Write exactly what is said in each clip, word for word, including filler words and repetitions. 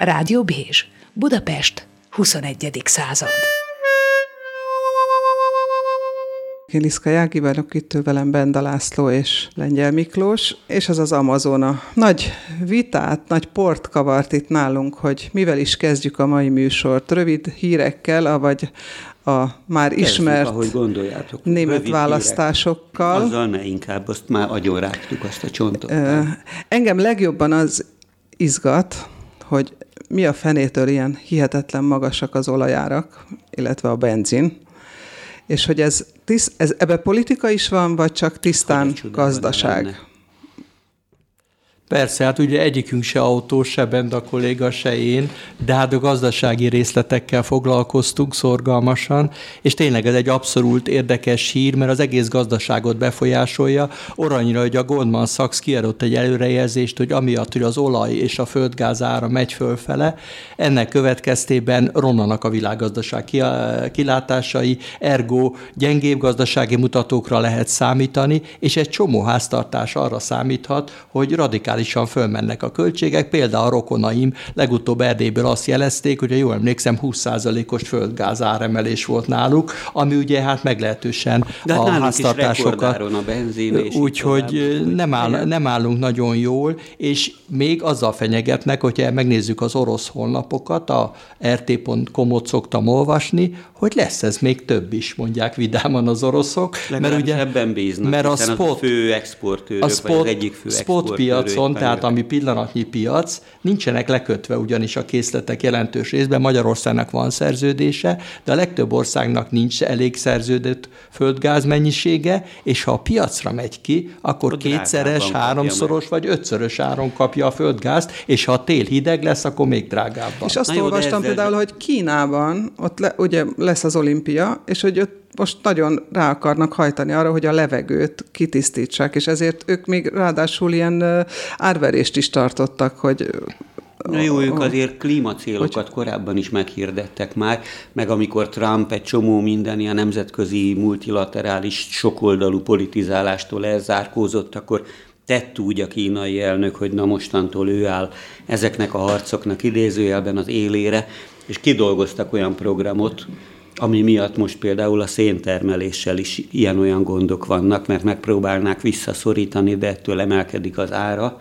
Rádió Bézs, Budapest, huszonegyedik század. Én Liszka Jági vagyok, itt ül velem Benda László és Lengyel Miklós, és az az Amazona. Nagy vitát, nagy port kavart itt nálunk, hogy mivel is kezdjük a mai műsort. Rövid hírekkel, avagy a már Kezdjük, ismert ahogy gondoljátok, német választásokkal. Hírek. Azzal ne inkább, azt már agyonrágtuk azt a csontot. Engem legjobban az izgat, hogy mi a fenétől ilyen hihetetlen magasak az olajárak, illetve a benzin, és hogy ez, tiszt, ez ebbe politika is van, vagy csak tisztán gazdaság? Persze, hát ugye egyikünk se autós, se Benda kolléga, se én, de hát a gazdasági részletekkel foglalkoztunk szorgalmasan, és tényleg ez egy abszolút érdekes hír, mert az egész gazdaságot befolyásolja, olyannyira, hogy a Goldman Sachs kiadott egy előrejelzést, hogy amiatt, hogy az olaj és a földgáz ára megy fölfele, ennek következtében romlanak a világgazdaság kilátásai, ergo gyengébb gazdasági mutatókra lehet számítani, és egy csomó háztartás arra számíthat, hogy radikális fölmennek a költségek. Például a rokonaim legutóbb Erdélyből azt jelezték, hogy ha jól emlékszem, húsz százalékos földgáz áremelés volt náluk, ami ugye hát meglehetősen de a hát háztartásokat. A benzin, úgyhogy nem, áll, nem állunk nagyon jól, és még azzal fenyegetnek, hogyha megnézzük az orosz honlapokat, a er té pont com-ot szoktam olvasni, hogy lesz ez még több is, mondják vidáman az oroszok. Mert ugye ebben bíznak, mert a spot, a fő exportőrök, a spot, vagy az egyik fő spot piacon, tehát ami pillanatnyi piac, nincsenek lekötve ugyanis a készletek jelentős részben. Magyarországnak van szerződése, de a legtöbb országnak nincs elég szerződött földgáz mennyisége, és ha a piacra megy ki, akkor ott kétszeres, háromszoros vagy ötszörös áron kapja a földgázt, és ha a tél hideg lesz, akkor még drágábban. És azt jó, olvastam például, hogy Kínában ott le, ugye lesz az olimpia, és hogy ott most nagyon rá akarnak hajtani arra, hogy a levegőt kitisztítsák, és ezért ők még ráadásul ilyen árverést is tartottak, hogy... Na jó, ők azért klímacélokat hogy... korábban is meghirdettek már, meg amikor Trump egy csomó minden ilyen nemzetközi, multilaterális, sokoldalú politizálástól elzárkózott, akkor tett úgy a kínai elnök, hogy na mostantól ő áll ezeknek a harcoknak idézőjelben az élére, és kidolgoztak olyan programot, ami miatt most például a széntermeléssel is ilyen-olyan gondok vannak, mert megpróbálnák visszaszorítani, de ettől emelkedik az ára.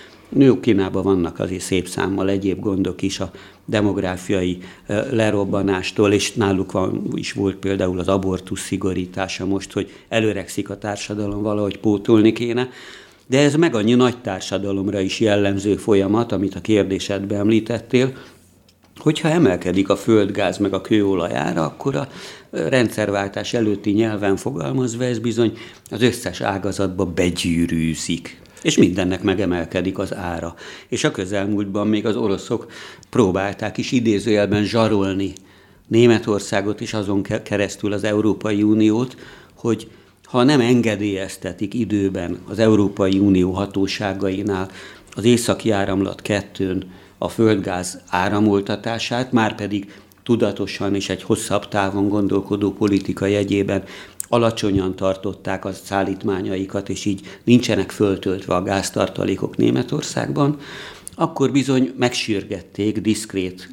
Jó, Kínában vannak azért szép számmal egyéb gondok is a demográfiai lerobbanástól, és náluk van, is volt például az abortusz szigorítása most, hogy előregszik a társadalom, valahogy pótolni kéne. De ez meg annyi nagy társadalomra is jellemző folyamat, amit a kérdésedben említettél, hogyha emelkedik a földgáz meg a kőolaj ára, akkor a rendszerváltás előtti nyelven fogalmazva ez bizony az összes ágazatba begyűrűzik. És mindennek megemelkedik az ára. És a közelmúltban még az oroszok próbálták is idézőjelben zsarolni Németországot és azon keresztül az Európai Uniót, hogy ha nem engedélyeztetik időben az Európai Unió hatóságainál az északi áramlat kettőn a földgáz áramoltatását, már pedig tudatosan és egy hosszabb távon gondolkodó politika jegyében alacsonyan tartották a szállítmányaikat, és így nincsenek föltöltve a gáztartalékok Németországban, akkor bizony megsürgették diszkrét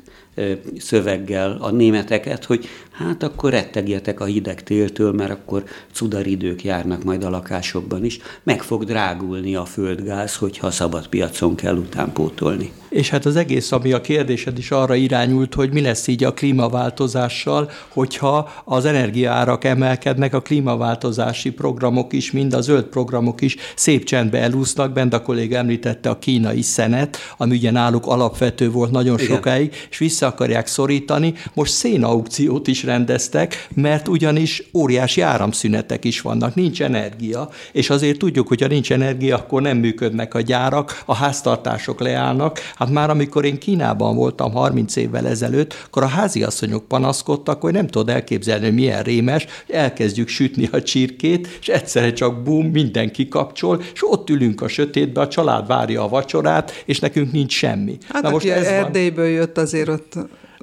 szöveggel a németeket, hogy hát akkor rettegjetek a hideg téltől, mert akkor cudaridők járnak majd a lakásokban is. Meg fog drágulni a földgáz, hogyha szabad piacon kell utánpótolni. És hát az egész, ami a kérdésed is arra irányult, hogy mi lesz így a klímaváltozással, hogyha az energiaárak emelkednek, a klímaváltozási programok is, mind a zöld programok is szép csendbe elúsznak. Benda kolléga említette a kínai szenet, ami ugye náluk alapvető volt nagyon Igen. sokáig, és vissza akarják szorítani. Most szénaukciót is rendeztek, mert ugyanis óriási áramszünetek is vannak, nincs energia, és azért tudjuk, hogy ha nincs energia, akkor nem működnek a gyárak, a háztartások leállnak. Hát már amikor én Kínában voltam harminc évvel ezelőtt, akkor a háziasszonyok panaszkodtak, hogy nem tudod elképzelni, hogy milyen rémes, hogy elkezdjük sütni a csirkét, és egyszerre csak bum, mindenki kapcsol, és ott ülünk a sötétbe, a család várja a vacsorát, és nekünk nincs semmi. Hát Na most ez Erdélyből van. Jött azért ott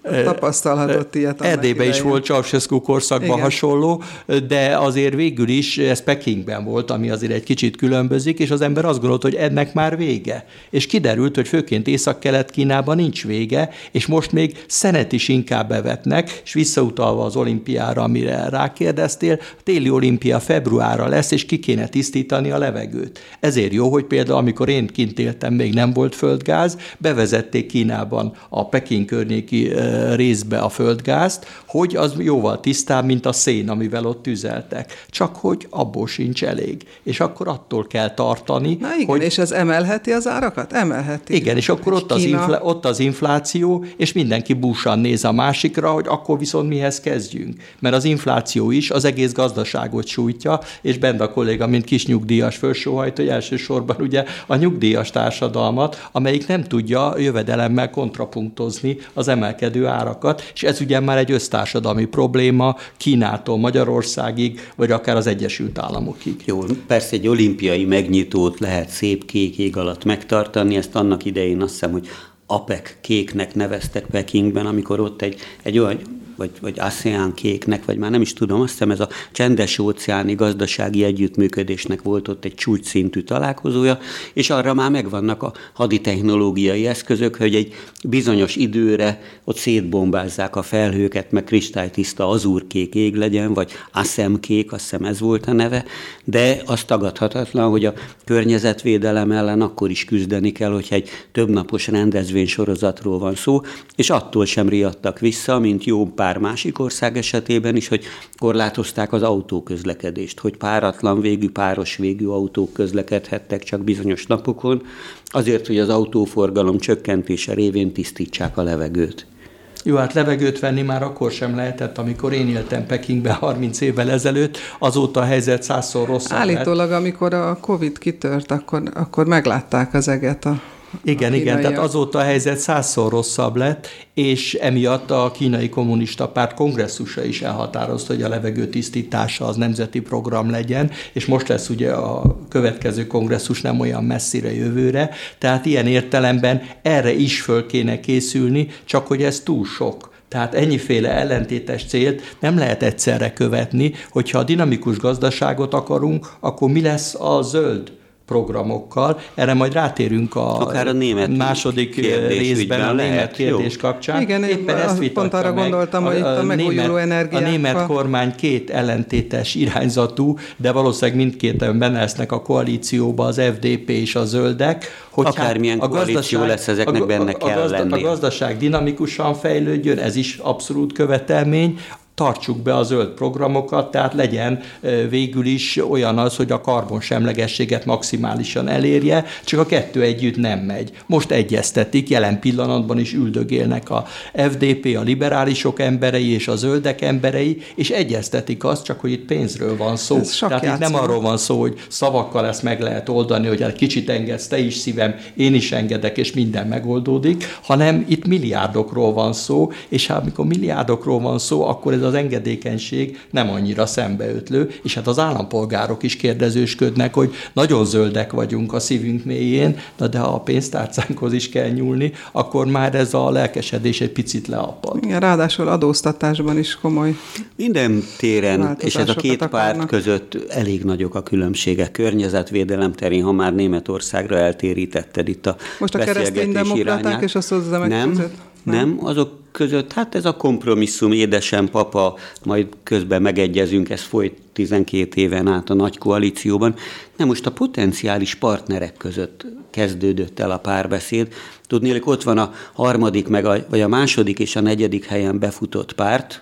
tapasztalhatott ilyet. Erdélyben is volt Ceausescu korszakban Igen. hasonló, de azért végül is ez Pekingben volt, ami azért egy kicsit különbözik, és az ember azt gondolt, hogy ennek már vége. És kiderült, hogy főként Észak-Kelet-Kínában nincs vége, és most még szenet is inkább bevetnek, és visszautalva az olimpiára, amire rákérdeztél, a téli olimpia februárra lesz, és ki kéne tisztítani a levegőt. Ezért jó, hogy például amikor én kint éltem, még nem volt földgáz, bevezették Kínában a Peking környéki részbe a földgázt, hogy az jóval tisztább, mint a szén, amivel ott tüzeltek. Csak hogy abból sincs elég. És akkor attól kell tartani. Na igen, hogy... és ez emelheti az árakat? Emelheti. Igen, és akkor ott az, infla... ott az infláció, és mindenki búsan néz a másikra, hogy akkor viszont mihez kezdjünk. Mert az infláció is az egész gazdaságot sújtja, és Benda kolléga, mint kis nyugdíjas felsóhajt, hogy elsősorban ugye a nyugdíjas társadalmat, amelyik nem tudja jövedelemmel kontrapunktozni az emelkedő árakat, és ez ugye már egy össztársadalmi probléma Kínától Magyarországig, vagy akár az Egyesült Államokig. Jó, persze egy olimpiai megnyitót lehet szép kék ég alatt megtartani, ezt annak idején azt hiszem, hogy APEC kéknek neveztek Pekingben, amikor ott egy, egy olyan, vagy, vagy ASEAN kéknek, vagy már nem is tudom, azt hiszem ez a csendes óceáni gazdasági együttműködésnek volt ott egy csúcsszintű találkozója, és arra már megvannak a haditechnológiai eszközök, hogy egy bizonyos időre ott szétbombázzák a felhőket, meg kristálytiszta azúrkék ég legyen, vagy ASEM-kék, azt hiszem ez volt a neve, de az tagadhatatlan, hogy a környezetvédelem ellen akkor is küzdeni kell, hogyha egy többnapos rendezvénysorozatról van szó, és attól sem riadtak vissza, mint jó pár másik ország esetében is, hogy korlátozták az autóközlekedést, hogy páratlan végű, páros végű autók közlekedhettek csak bizonyos napokon, azért, hogy az autóforgalom csökkentése révén tisztítsák a levegőt. Jó, hát levegőt venni már akkor sem lehetett, amikor én éltem Pekingben harminc évvel ezelőtt, azóta a helyzet százszor rosszabb. Állítólag, lett. Amikor a Covid kitört, akkor, akkor meglátták az eget a Igen, a igen, tehát azóta a helyzet százszor rosszabb lett, és emiatt a kínai kommunista párt kongresszusa is elhatározta, hogy a levegő tisztítása az nemzeti program legyen, és most lesz ugye a következő kongresszus nem olyan messzire jövőre, tehát ilyen értelemben erre is föl kéne készülni, csak hogy ez túl sok. Tehát ennyiféle ellentétes célt nem lehet egyszerre követni, hogyha a dinamikus gazdaságot akarunk, akkor mi lesz a zöld programokkal. Erre majd rátérünk a, Akár a német második részben a német lehet, kérdés jó. kapcsán. Igen, éppen ezt pont arra gondoltam, hogy itt a, a megújuló energiákkal. A német kormány két ellentétes irányzatú, de valószínűleg mindkéten benne lesznek a koalícióba az ef dé pé és a zöldek. Hogy Akármilyen hát koalíció lesz, ezeknek a, benne kell a gazda, lenni. A gazdaság dinamikusan fejlődjön, ez is abszolút követelmény. Tartsuk be a zöld programokat, tehát legyen végül is olyan az, hogy a karbonsemlegességet maximálisan elérje, csak a kettő együtt nem megy. Most egyeztetik, jelen pillanatban is üldögélnek a ef dé pé, a liberálisok emberei és a zöldek emberei, és egyeztetik azt, csak hogy itt pénzről van szó. Tehát itt nem arról van szó, hogy szavakkal ezt meg lehet oldani, hogy egy kicsit engedsz, te is szívem, én is engedek, és minden megoldódik, hanem itt milliárdokról van szó, és hát amikor milliárdokról van szó, akkor ez az engedékenység nem annyira szembeötlő, és hát az állampolgárok is kérdezősködnek, hogy nagyon zöldek vagyunk a szívünk mélyén, de ha a pénztárcánkhoz is kell nyúlni, akkor már ez a lelkesedés egy picit leapad. Igen, ráadásul adóztatásban is komoly minden téren, és ez a két akarnak. Párt között elég nagyok a különbségek. Környezetvédelem terén, ha már Németországra eltérítetted itt a Most a kereszténydemokraták és a szociálisták között? Nem, nem, azok között, hát ez a kompromisszum, édesem, papa, majd közben megegyezünk, ez folyt tizenkét éven át a nagy koalícióban. Nem, most a potenciális partnerek között kezdődött el a párbeszéd. Tudnélik, ott van a harmadik, meg a, vagy a második és a negyedik helyen befutott párt,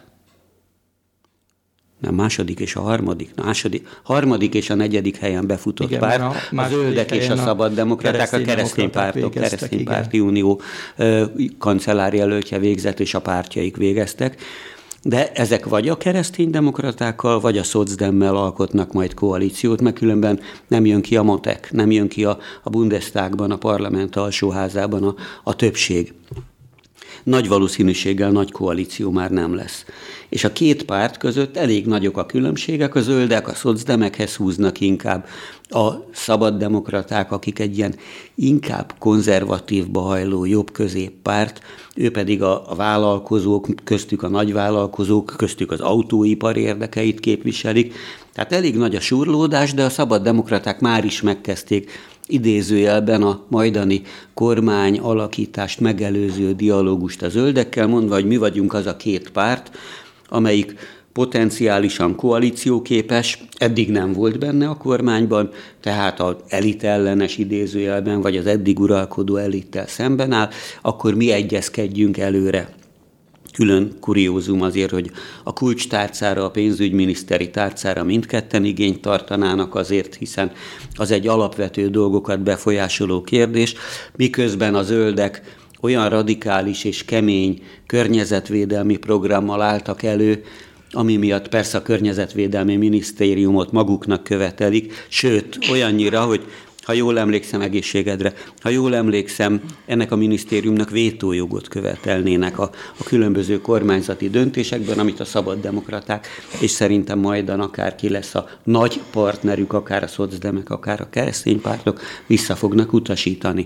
nem, második és a harmadik, második, harmadik és a negyedik helyen befutott igen, párt, a, a zöldek és a szabaddemokraták, a kereszténypártok, kereszténypárti unió ö, kancellárjelöltje végzett, és a pártjaik végeztek. De ezek vagy a kereszténydemokratákkal, vagy a szocdemmel alkotnak majd koalíciót, mert különben nem jön ki a matek, nem jön ki a, a Bundestagban, a parlament alsóházában a, a többség. nagy valószínűséggel nagy koalíció már nem lesz. És a két párt között elég nagyok a különbségek, a zöldek a szocdemekhez húznak inkább, a szabaddemokraták, akik egy ilyen inkább konzervatívba hajló jobb-középpárt, ő pedig a, a vállalkozók, köztük a nagyvállalkozók, köztük az autóipar érdekeit képviselik. Tehát elég nagy a surlódás, de a szabaddemokraták már is megkezdték idézőjelben a majdani kormány alakítást megelőző dialógust a zöldekkel, mondva, hogy mi vagyunk az a két párt, amelyik potenciálisan koalícióképes, eddig nem volt benne a kormányban, tehát az elit ellenes idézőjelben, vagy az eddig uralkodó elittel szemben áll, akkor mi egyezkedjünk előre. Külön kuriózum azért, hogy a kulcstárcára, a pénzügyminiszteri tárcára mindketten igényt tartanának azért, hiszen az egy alapvető dolgokat befolyásoló kérdés, miközben a zöldek olyan radikális és kemény környezetvédelmi programmal álltak elő, ami miatt persze a környezetvédelmi minisztériumot maguknak követelik, sőt, olyannyira, hogy ha jól emlékszem, egészségedre, ha jól emlékszem, ennek a minisztériumnak vétójogot követelnének a, a különböző kormányzati döntésekben, amit a szabaddemokraták, és szerintem majdan akár ki lesz a nagy partnerük, akár a szocdemek, akár a kereszténypártok, vissza fognak utasítani.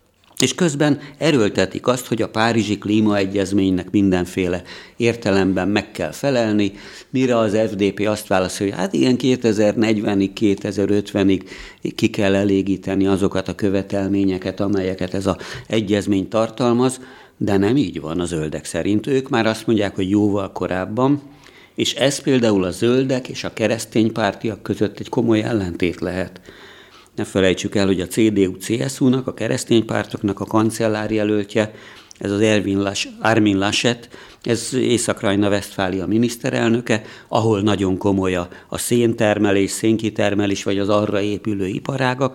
És közben erőltetik azt, hogy a Párizsi Klímaegyezménynek mindenféle értelemben meg kell felelni, mire az ef dé pé azt válaszolja, hogy hát ilyen kétezer-negyvenig, kétezer-ötvenig ki kell elégíteni azokat a követelményeket, amelyeket ez az egyezmény tartalmaz, de nem így van a zöldek szerint. Ők már azt mondják, hogy jóval korábban, és ez például a zöldek és a kereszténypártiak között egy komoly ellentét lehet. Ne felejtsük el, hogy a cé dé u-cé es u-nak, a kereszténypártoknak a kancellárjelöltje, ez az Armin Laschet, ez Észak-Rajna-Vesztfália miniszterelnöke, ahol nagyon komoly a széntermelés, szénkitermelés, vagy az arra épülő iparágak,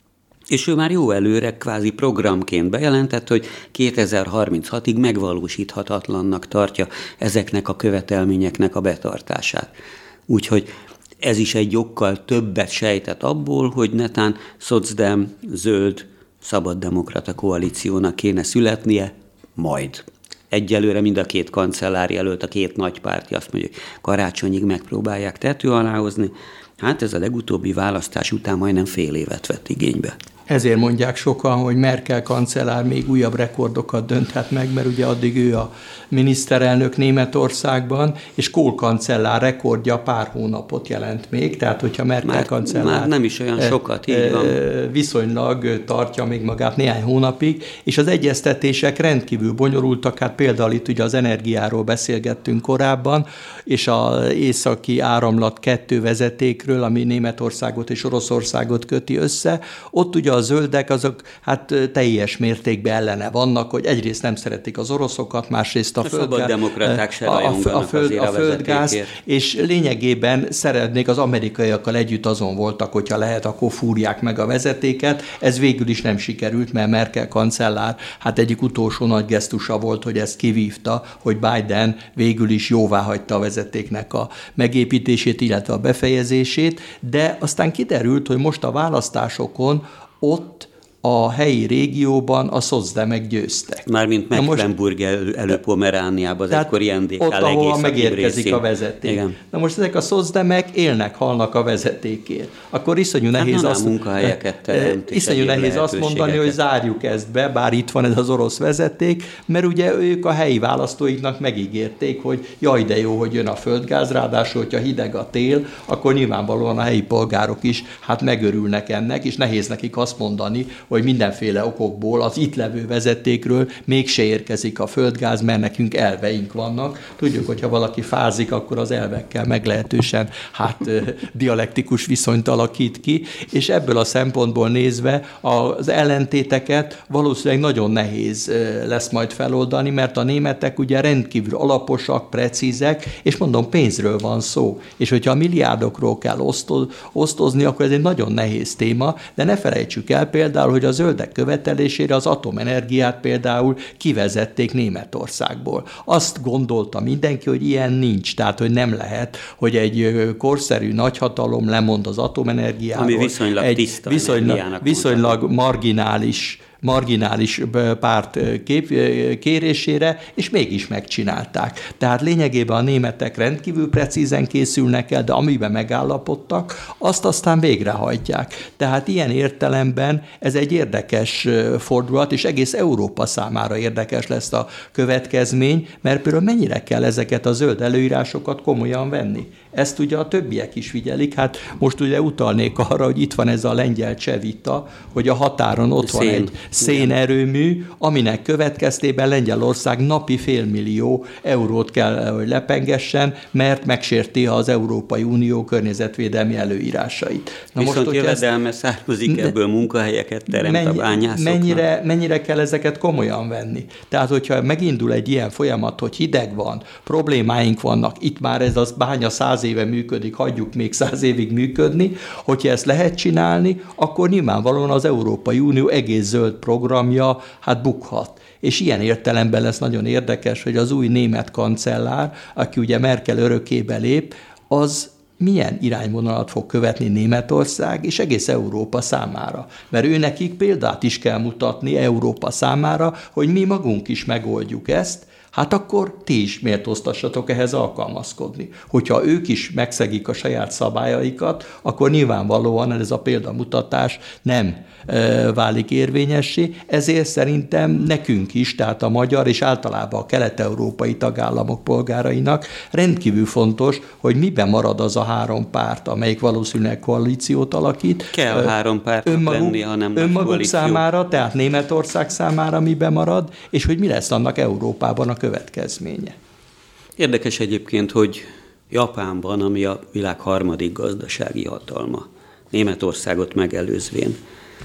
és ő már jó előre kvázi programként bejelentett, hogy kétezer-harminchatig megvalósíthatatlannak tartja ezeknek a követelményeknek a betartását. Úgyhogy ez is egy jokkal többet sejtett abból, hogy netán szocdem, zöld, szabaddemokrata koalíciónak kéne születnie, majd. Egyelőre mind a két kancellár jelölt, a két nagy párti azt mondja, hogy karácsonyig megpróbálják tető alá hozni. Hát ez a legutóbbi választás után majdnem fél évet vett igénybe. Ezért mondják sokan, hogy Merkel kancellár még újabb rekordokat dönthet meg, mert ugye addig ő a miniszterelnök Németországban, és Kohl kancellár rekordja pár hónapot jelent még, tehát hogyha Merkel már, kancellár már nem is olyan sokat, így van. Viszonylag tartja még magát néhány hónapig, és az egyeztetések rendkívül bonyolultak, hát például itt ugye az energiáról beszélgettünk korábban, és az északi áramlat kettő vezetékről, ami Németországot és Oroszországot köti össze, ott ugye a zöldek azok hát teljes mértékben ellene vannak, hogy egyrészt nem szeretik az oroszokat, másrészt a, a földgáz, szabaddemokraták se a, a, a, föld, a, a földgáz, és lényegében szeretnék, az amerikaiakkal együtt azon voltak, hogyha lehet, akkor fúrják meg a vezetéket. Ez végül is nem sikerült, mert Merkel kancellár hát egyik utolsó nagy gesztusa volt, hogy ezt kivívta, hogy Biden végül is jóváhagyta a vezetéknek a megépítését, illetve a befejezését, de aztán kiderült, hogy most a választásokon ott a helyi régióban a szocdemek győztek. Mármint Mecklenburg elő, elő Pomerániában, az egykori en dé ká ott, ahol megérkezik részén. A vezeték. Igen. Na most ezek a szocdemek élnek, halnak a vezetékért. Akkor iszonyú nehéz, hát, azt, munkahelyeket teremt, iszonyú nehéz azt mondani, hogy zárjuk ezt be, bár itt van ez az orosz vezeték, mert ugye ők a helyi választóiknak megígérték, hogy jaj, de jó, hogy jön a földgáz, ráadásul, hogyha hideg a tél, akkor nyilvánvalóan a helyi polgárok is hát megörülnek ennek, és nehéz nekik azt mondani, hogy mindenféle okokból az itt levő vezetékről mégse érkezik a földgáz, mert nekünk elveink vannak. Tudjuk, hogyha valaki fázik, akkor az elvekkel meglehetősen hát dialektikus viszonyt alakít ki, és ebből a szempontból nézve az ellentéteket valószínűleg nagyon nehéz lesz majd feloldani, mert a németek ugye rendkívül alaposak, precízek, és mondom, pénzről van szó. És hogyha a milliárdokról kell osztozni, akkor ez egy nagyon nehéz téma, de ne felejtsük el például, hogy a zöldek követelésére az atomenergiát például kivezették Németországból. Azt gondolta mindenki, hogy ilyen nincs, tehát hogy nem lehet, hogy egy korszerű nagyhatalom lemond az atomenergiáról. Ami viszonylag egy tiszta viszonylag, viszonylag marginális marginális párt kép, kérésére, és mégis megcsinálták. Tehát lényegében a németek rendkívül precízen készülnek el, de amiben megállapodtak, azt aztán végrehajtják. Tehát ilyen értelemben ez egy érdekes fordulat, és egész Európa számára érdekes lesz a következmény, mert például mennyire kell ezeket a zöld előírásokat komolyan venni. Ezt ugye a többiek is figyelik. Hát most ugye utalnék arra, hogy itt van ez a lengyel-cseh vita, hogy a határon ott Szén. van egy szénerőmű, aminek következtében Lengyelország napi félmillió eurót kell, hogy lepengessen, mert megsérti az Európai Unió környezetvédelmi előírásait. Na Viszont most, jövedelme ezt... származik ebből, munkahelyeket teremt mennyi, a bányászoknak. Mennyire, mennyire kell ezeket komolyan venni? Tehát, hogyha megindul egy ilyen folyamat, hogy hideg van, problémáink vannak, itt már ez az bánya száz éve működik, hagyjuk még száz évig működni, hogyha ezt lehet csinálni, akkor nyilvánvalóan az Európai Unió egész zöld programja hát bukhat. És ilyen értelemben lesz nagyon érdekes, hogy az új német kancellár, aki ugye Merkel örökébe lép, az milyen irányvonalat fog követni Németország és egész Európa számára. Mert ő nekik példát is kell mutatni Európa számára, hogy mi magunk is megoldjuk ezt, hát akkor ti is méltóztassatok ehhez alkalmazkodni. Hogyha ők is megszegik a saját szabályaikat, akkor nyilvánvalóan ez a példamutatás nem e, válik érvényessé, ezért szerintem nekünk is, tehát a magyar és általában a kelet-európai tagállamok polgárainak rendkívül fontos, hogy miben marad az a három párt, amelyik valószínűleg koalíciót alakít. Kell három pártnak önmaguk, lenni, ha nem önmaguk koalíció. Számára, tehát Németország számára miben marad, és hogy mi lesz annak Európában a következménye. Érdekes egyébként, hogy Japánban, ami a világ harmadik gazdasági hatalma, Németországot megelőzvén,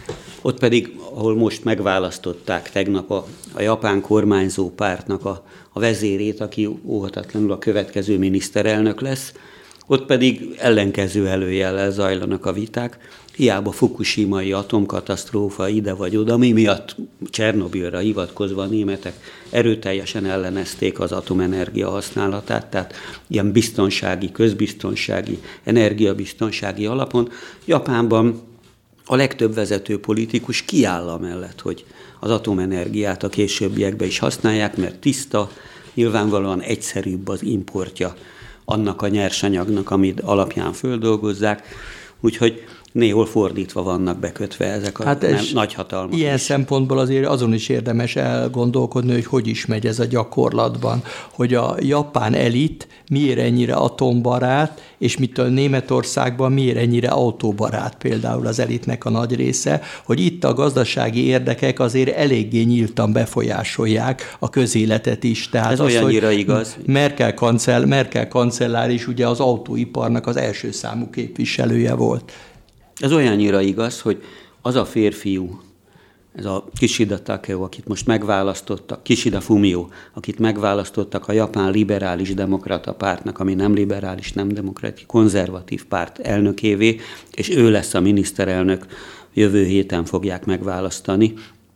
ott pedig, ahol most megválasztották tegnap a, a japán kormányzó pártnak a, a vezérét, aki óhatatlanul a következő miniszterelnök lesz, ott pedig ellenkező előjellel zajlanak a viták. Hiába fukushimai atomkatasztrófa ide vagy oda, mi miatt Csernobilra hivatkozva a németek erőteljesen ellenezték az atomenergia használatát, tehát ilyen biztonsági, közbiztonsági, energiabiztonsági alapon. Japánban a legtöbb vezető politikus kiáll amellett, hogy az atomenergiát a későbbiekben is használják, mert tiszta, nyilvánvalóan egyszerűbb az importja annak a nyersanyagnak, amit alapján földolgozzák, úgyhogy néhol fordítva vannak bekötve ezek a hát ez nagyhatalmak. Ilyen is. Szempontból azért azon is érdemes elgondolkodni, hogy hogy is megy ez a gyakorlatban, hogy a japán elit miért ennyire atombarát, és mitől Németországban miért ennyire autóbarát például az elitnek a nagy része, hogy itt a gazdasági érdekek azért eléggé nyíltan befolyásolják a közéletet is. Tehát ez az, olyannyira igaz. Merkel, kancell, Merkel kancellár is ugye az autóiparnak az első számú képviselője volt. Ez olyannyira igaz, hogy az a férfiú, ez a Kishida Takeo, akit most megválasztottak, Kishida Fumio, akit megválasztottak a japán liberális demokrata pártnak, ami nem liberális, nem demokratikus, konzervatív párt elnökévé, és ő lesz a miniszterelnök, jövő héten fogják megválasztani.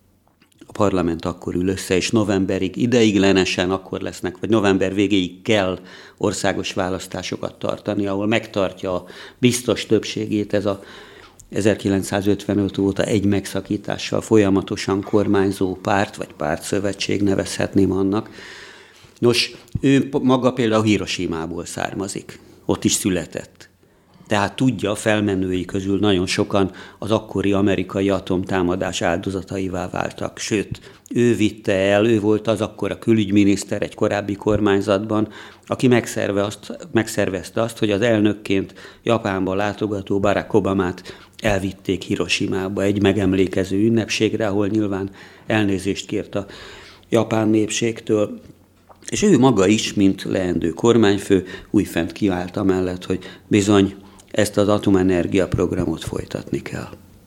A parlament akkor ül össze, és novemberig ideiglenesen akkor lesznek, vagy november végéig kell országos választásokat tartani, ahol megtartja a biztos többségét ez a ezerkilencszázötvenöt óta egy megszakítással folyamatosan kormányzó párt, vagy pártszövetség nevezhetném annak. Nos, ő maga például Hiroshimából származik, ott is született. Tehát tudja, a felmenői közül nagyon sokan az akkori amerikai atomtámadás áldozataivá váltak. Sőt, ő vitte el, ő volt az akkor a külügyminiszter egy korábbi kormányzatban, aki megszerve azt, megszervezte azt, hogy az elnökként Japánba látogató Barack Obamát elvitték Hiroshimába egy megemlékező ünnepségre, ahol nyilván elnézést kért a japán népségtől. És ő maga is, mint leendő kormányfő, újfent kiállt amellett, hogy bizony ezt az atomenergia programot folytatni kell.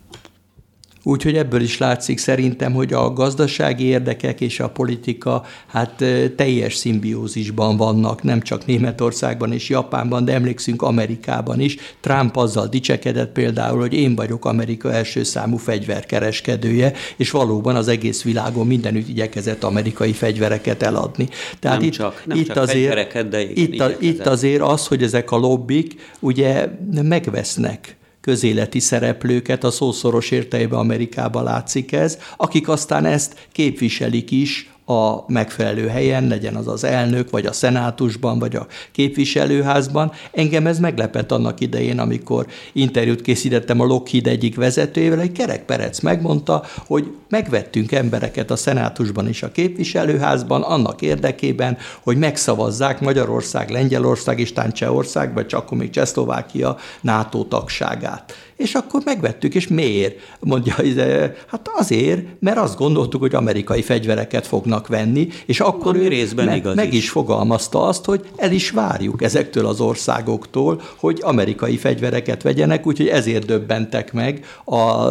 Úgyhogy ebből is látszik szerintem, hogy a gazdasági érdekek és a politika hát teljes szimbiózisban vannak, nem csak Németországban és Japánban, de emlékszünk Amerikában is. Trump azzal dicsekedett például, hogy én vagyok Amerika első számú fegyverkereskedője, és valóban az egész világon mindenütt igyekezett amerikai fegyvereket eladni. Tehát nem itt, csak, nem itt csak azért, fegyvereket, de igen, itt, a, itt azért az, hogy ezek a lobbik ugye megvesznek közéleti szereplőket, a szószoros értelemben Amerikában látszik ez, akik aztán ezt képviselik is a megfelelő helyen, legyen az az elnök, vagy a szenátusban, vagy a képviselőházban. Engem ez meglepett annak idején, amikor interjút készítettem a Lockheed egyik vezetőjével, egy Kerek Perec megmondta, hogy megvettünk embereket a szenátusban és a képviselőházban annak érdekében, hogy megszavazzák Magyarország, Lengyelország és tán Csehország, vagy csak akkor még Csehszlovákia NATO tagságát. És akkor megvettük, és miért? Mondja, hát azért, mert azt gondoltuk, hogy amerikai fegyvereket fognak venni, és akkor ő részben me- meg is. is fogalmazta azt, hogy el is várjuk ezektől az országoktól, hogy amerikai fegyvereket vegyenek, úgyhogy ezért döbbentek meg az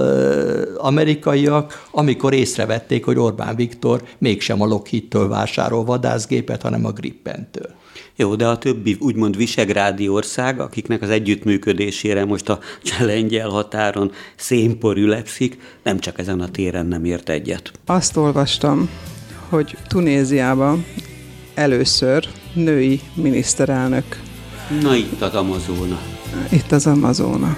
amerikaiak, amikor észrevették, hogy Orbán Viktor mégsem a Lockheedtől vásárol vadászgépet, hanem a Grippentől. Jó, de a többi úgymond visegrádi ország, akiknek az együttműködésére most a cseh-lengyel határon szénpor ülepszik, nem csak ezen a téren nem ért egyet. Azt olvastam, hogy Tunéziában először női miniszterelnök. Na itt az Amazona. Itt az Amazona.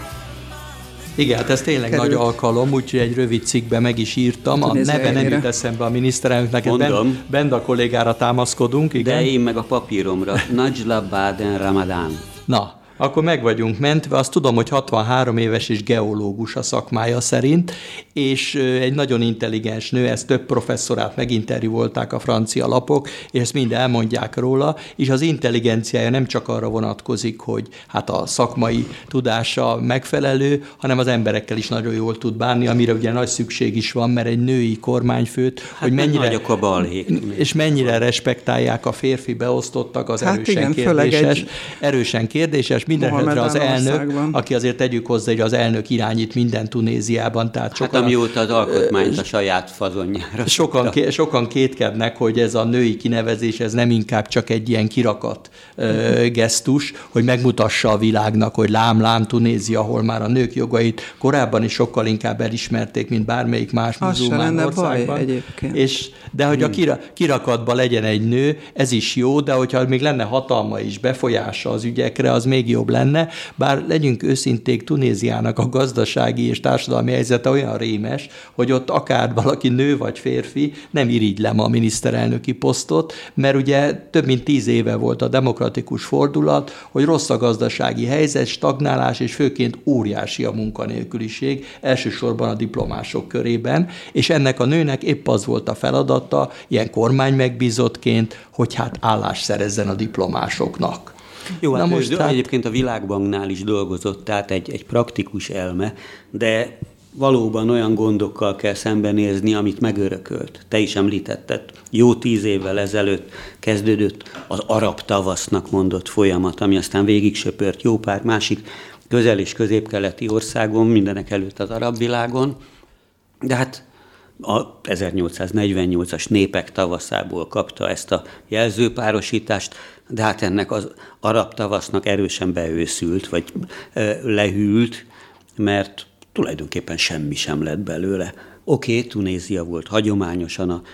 Igen, hát ez tényleg Kerül. nagy alkalom, úgyhogy egy rövid cikkben meg is írtam. A neve nem jut eszembe a miniszterelnöknek, ben, Benda kollégára támaszkodunk. Igen? De én meg a papíromra. Najla Baden Ramadan. Na, akkor meg vagyunk mentve. Azt tudom, hogy hatvanhárom éves és geológus a szakmája szerint, és egy nagyon intelligens nő, ezt több professzorát meginterjúvolták a francia lapok, és ezt mind elmondják róla, és az intelligenciája nem csak arra vonatkozik, hogy hát a szakmai tudása megfelelő, hanem az emberekkel is nagyon jól tud bánni, amire ugye nagy szükség is van, mert egy női kormányfőt, hát hogy mennyire, a balhék, és mennyire respektálják a férfi beosztottak, az hát erősen igen, kérdéses, egy... erősen kérdéses, mindenesetre az elnök, országban. Aki azért tegyük hozzá, hogy az elnök irányít minden Tunéziában. Tehát sokan, hát amióta az alkotmányt a saját fazonjára. Sokan, sokan kétkednek, hogy ez a női kinevezés, ez nem inkább csak egy ilyen kirakat uh, gesztus, hogy megmutassa a világnak, hogy lám-lám Tunézia, ahol már a nők jogait korábban is sokkal inkább elismerték, mint bármelyik más muzulmán országban. És, de hogy a kira, kirakatban legyen egy nő, ez is jó, de hogyha még lenne hatalma és befolyása az ügyekre, az még jobb lenne, bár legyünk őszinték, Tunéziának a gazdasági és társadalmi helyzete olyan rémes, hogy ott akár valaki nő vagy férfi, nem irigylem a miniszterelnöki posztot, mert ugye több mint tíz éve volt a demokratikus fordulat, hogy rossz a gazdasági helyzet, stagnálás, és főként óriási a munkanélküliség, elsősorban a diplomások körében, és ennek a nőnek épp az volt a feladata, ilyen kormánymegbízottként, hogy hát állást szerezzen a diplomásoknak. Jó, hát most ő, hát... egyébként a Világbanknál is dolgozott, tehát egy, egy praktikus elme, de valóban olyan gondokkal kell szembenézni, amit megörökölt. Te is említetted, jó tíz évvel ezelőtt kezdődött az arab tavasznak mondott folyamat, ami aztán végig söpört jó pár másik közel- és középkeleti országon, mindenek előtt az arab világon, de hát a ezernyolcszáznegyvennyolcas népek tavaszából kapta ezt a jelzőpárosítást, de hát ennek az arab tavasznak erősen beőszült, vagy lehűlt, mert tulajdonképpen semmi sem lett belőle. Oké, okay, Tunézia volt hagyományosan a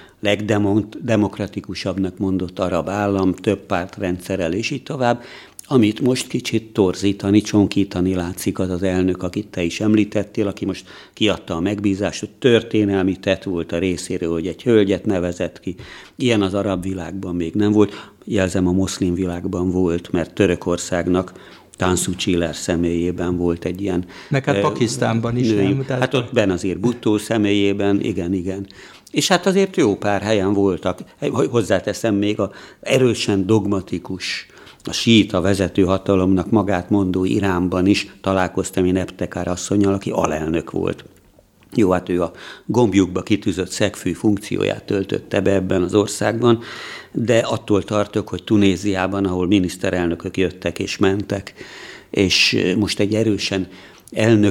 legdemokratikusabbnak mondott arab állam, több pártrendszerrel és így tovább, amit most kicsit torzítani, csonkítani látszik az az elnök, akit te is említettél, aki most kiadta a megbízást, hogy történelmi tett volt a részéről, hogy egy hölgyet nevezett ki. Ilyen az arab világban még nem volt, jelzem a muszlim világban volt, mert Törökországnak Tansu Çiller személyében volt egy ilyen... Meg hát Pakisztánban is női, nem. Tehát hát ott Benazir Bhutto személyében, igen, igen. És hát azért jó pár helyen voltak. Hozzáteszem még az erősen dogmatikus, a síita vezető hatalomnak magát mondó Iránban is találkoztam én Ebtekár asszonnyal, aki alelnök volt. Jó, hát ő a gombjukba kitűzött szegfű funkcióját töltötte be ebben az országban, de attól tartok, hogy Tunéziában, ahol miniszterelnökök jöttek és mentek, és most egy erősen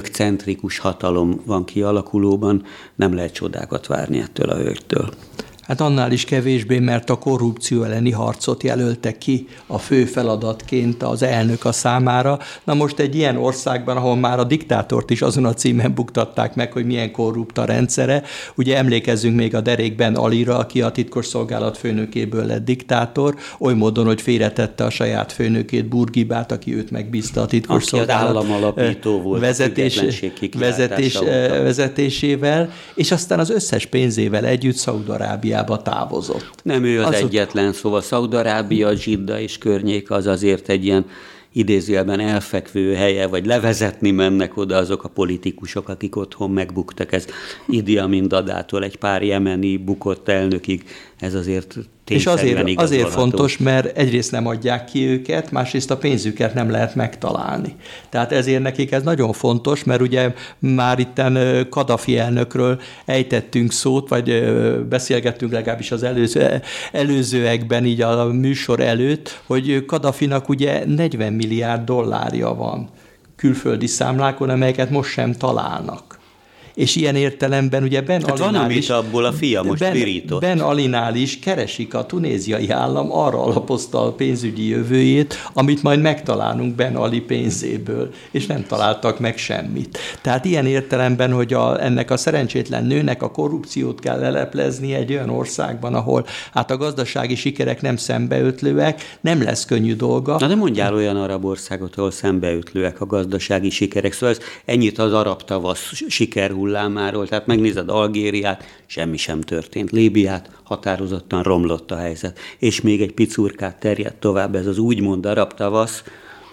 elnökcentrikus hatalom van kialakulóban, nem lehet csodákat várni ettől a hölgytől. Hát annál is kevésbé, mert a korrupció elleni harcot jelölte ki a fő feladatként az elnök a számára. Na most egy ilyen országban, ahol már a diktátort is azon a címen buktatták meg, hogy milyen korrupt a rendszere, ugye emlékezzünk még a Derek Ben Alira, aki a titkosszolgálat főnökéből lett diktátor, oly módon, hogy félretette a saját főnökét, Burgibát, aki őt megbízta a titkosszolgálat aki az államalapító volt, vezetés, vezetés, vezetésével, és aztán az összes pénzével együtt Szaúd-Arábiába távozott. Nem ő az, az egyetlen, ott... szóval Szaúd-Arábia, Zsidda és környék az azért egy ilyen idézőjelben elfekvő helye, vagy levezetni mennek oda azok a politikusok, akik otthon megbuktak. Ez Idi Amin Dadától egy pár jemeni bukott elnökig, ez azért és azért, azért fontos, mert egyrészt nem adják ki őket, másrészt a pénzüket nem lehet megtalálni. Tehát ezért nekik ez nagyon fontos, mert ugye már itten Kadafi elnökről ejtettünk szót, vagy beszélgettünk legalábbis az előző, előzőekben, így a műsor előtt, hogy Kadafinak ugye negyven milliárd dollárja van külföldi számlákon, amelyeket most sem találnak. És ilyen értelemben ugye Ben hát Alinál van, is, abból a fia most Ben, virított. Ben Alinál is keresik a tunéziai állam, arra alapozta a pénzügyi jövőjét, amit majd megtalálunk Ben Ali pénzéből, és nem találtak meg semmit. Tehát ilyen értelemben, hogy a, ennek a szerencsétlen nőnek a korrupciót kell leleplezni egy olyan országban, ahol hát a gazdasági sikerek nem szembeötlőek, nem lesz könnyű dolga. Na de mondjál olyan arab országot, ahol szembeötlőek a gazdasági sikerek. Szóval ez ennyit az arab tavasz siker hullámáról, tehát megnézed Algériát, semmi sem történt. Líbiát határozottan romlott a helyzet. És még egy picurkát terjedt tovább ez az úgymond arab tavasz,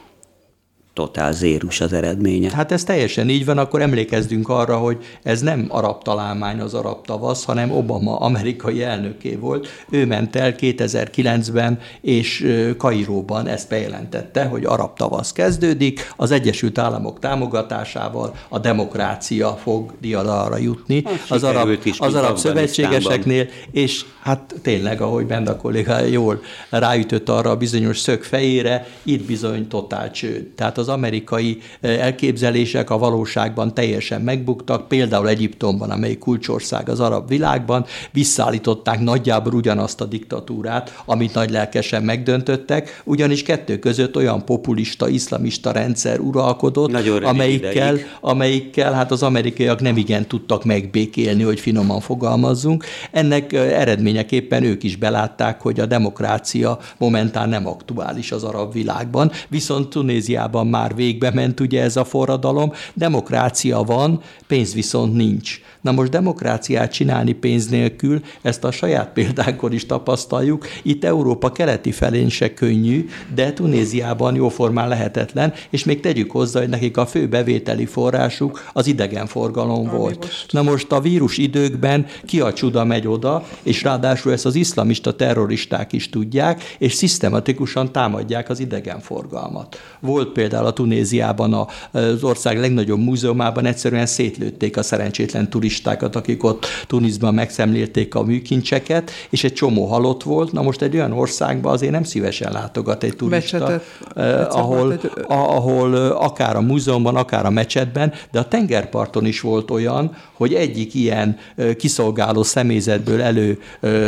totál zérus az eredménye. Hát ez teljesen így van, akkor emlékezzünk arra, hogy ez nem arab találmány az arab tavasz, hanem Obama amerikai elnöké volt. Ő ment el kétezer-kilencben, és Kairóban ezt bejelentette, hogy arab tavasz kezdődik, az Egyesült Államok támogatásával a demokrácia fog diadalra jutni hát, az arab, az arab szövetségeseknél, és hát tényleg, ahogy Benda kolléga jól ráütött arra a bizonyos szög fejére, itt bizony totál csőd. Tehát az az amerikai elképzelések a valóságban teljesen megbuktak, például Egyiptomban, amely kulcsország az arab világban, visszaállították nagyjából ugyanazt a diktatúrát, amit nagy lelkesen megdöntöttek, ugyanis kettő között olyan populista, iszlamista rendszer uralkodott, amelyikkel, amelyikkel hát az amerikaiak nem igen tudtak megbékélni, hogy finoman fogalmazzunk. Ennek eredményeképpen ők is belátták, hogy a demokrácia momentán nem aktuális az arab világban, viszont Tunéziában már végbe ment ugye ez a forradalom, demokrácia van, pénz viszont nincs. Na most demokráciát csinálni pénz nélkül, ezt a saját példánkon is tapasztaljuk, itt Európa keleti felén se könnyű, de Tunéziában jóformán lehetetlen, és még tegyük hozzá, hogy nekik a fő bevételi forrásuk az idegenforgalom Ami volt. Most. Na most a vírus időkben ki a csuda megy oda, és ráadásul ezt az iszlamista terroristák is tudják, és szisztematikusan támadják az idegenforgalmat. Volt például a Tunéziában az ország legnagyobb múzeumában egyszerűen szétlőtték a szerencsétlen turistákat, akik ott Tunisban megszemlélték a műkincseket, és egy csomó halott volt. Na most egy olyan országban azért nem szívesen látogat egy turista, Becsetet, eh, ahol, egy... ahol akár a múzeumban, akár a mecsetben, de a tengerparton is volt olyan, hogy egyik ilyen kiszolgáló személyzetből elő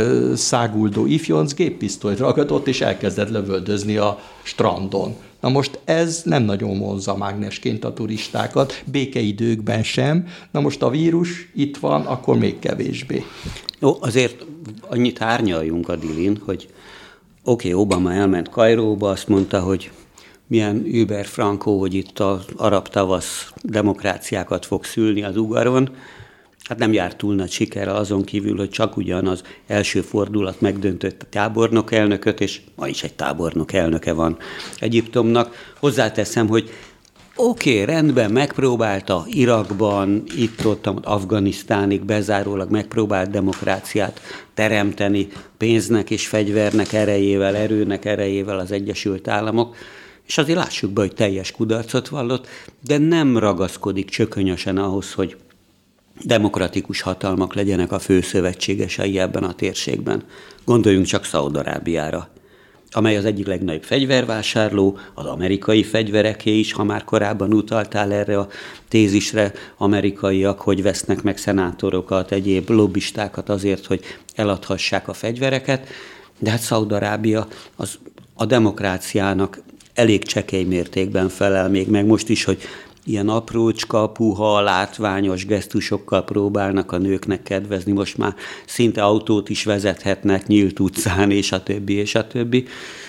száguldó ifjonc géppisztolyt ragadott, és elkezdett lövöldözni a strandon. Na most ez nem nagyon vonzza mágnesként a turistákat, békeidőkben sem. Na most a vírus itt van, akkor még kevésbé. Jó, azért annyit árnyaljunk a dilin, hogy oké, okay, Obama elment Kairóba, azt mondta, hogy milyen über Franco, hogy itt az arab tavasz demokráciákat fog szülni az ugaron. Hát nem járt túl nagy sikerrel azon kívül, hogy csak ugyan az első fordulat megdöntött a tábornok elnököt, és ma is egy tábornok elnöke van Egyiptomnak. Hozzáteszem, hogy oké, okay, rendben, megpróbálta Irakban, itt-ott, Afganisztánig bezárólag megpróbált demokráciát teremteni pénznek és fegyvernek erejével, erőnek erejével az Egyesült Államok, és azért lássuk be, hogy teljes kudarcot vallott, de nem ragaszkodik csökönyösen ahhoz, hogy demokratikus hatalmak legyenek a fő szövetségesei ebben a térségben. Gondoljunk csak Szaúd-Arábiára. amely az egyik legnagyobb fegyvervásárló, az amerikai fegyvereké is, ha már korábban utaltál erre a tézisre, amerikaiak, hogy vesznek meg szenátorokat, egyéb lobbistákat azért, hogy eladhassák a fegyvereket, de hát Szaúd-Arábia az a demokráciának elég csekély mértékben felel még meg most is, hogy ilyen aprócska, puha, látványos gesztusokkal próbálnak a nőknek kedvezni, most már szinte autót is vezethetnek nyílt utcán, és a többi, és a többi.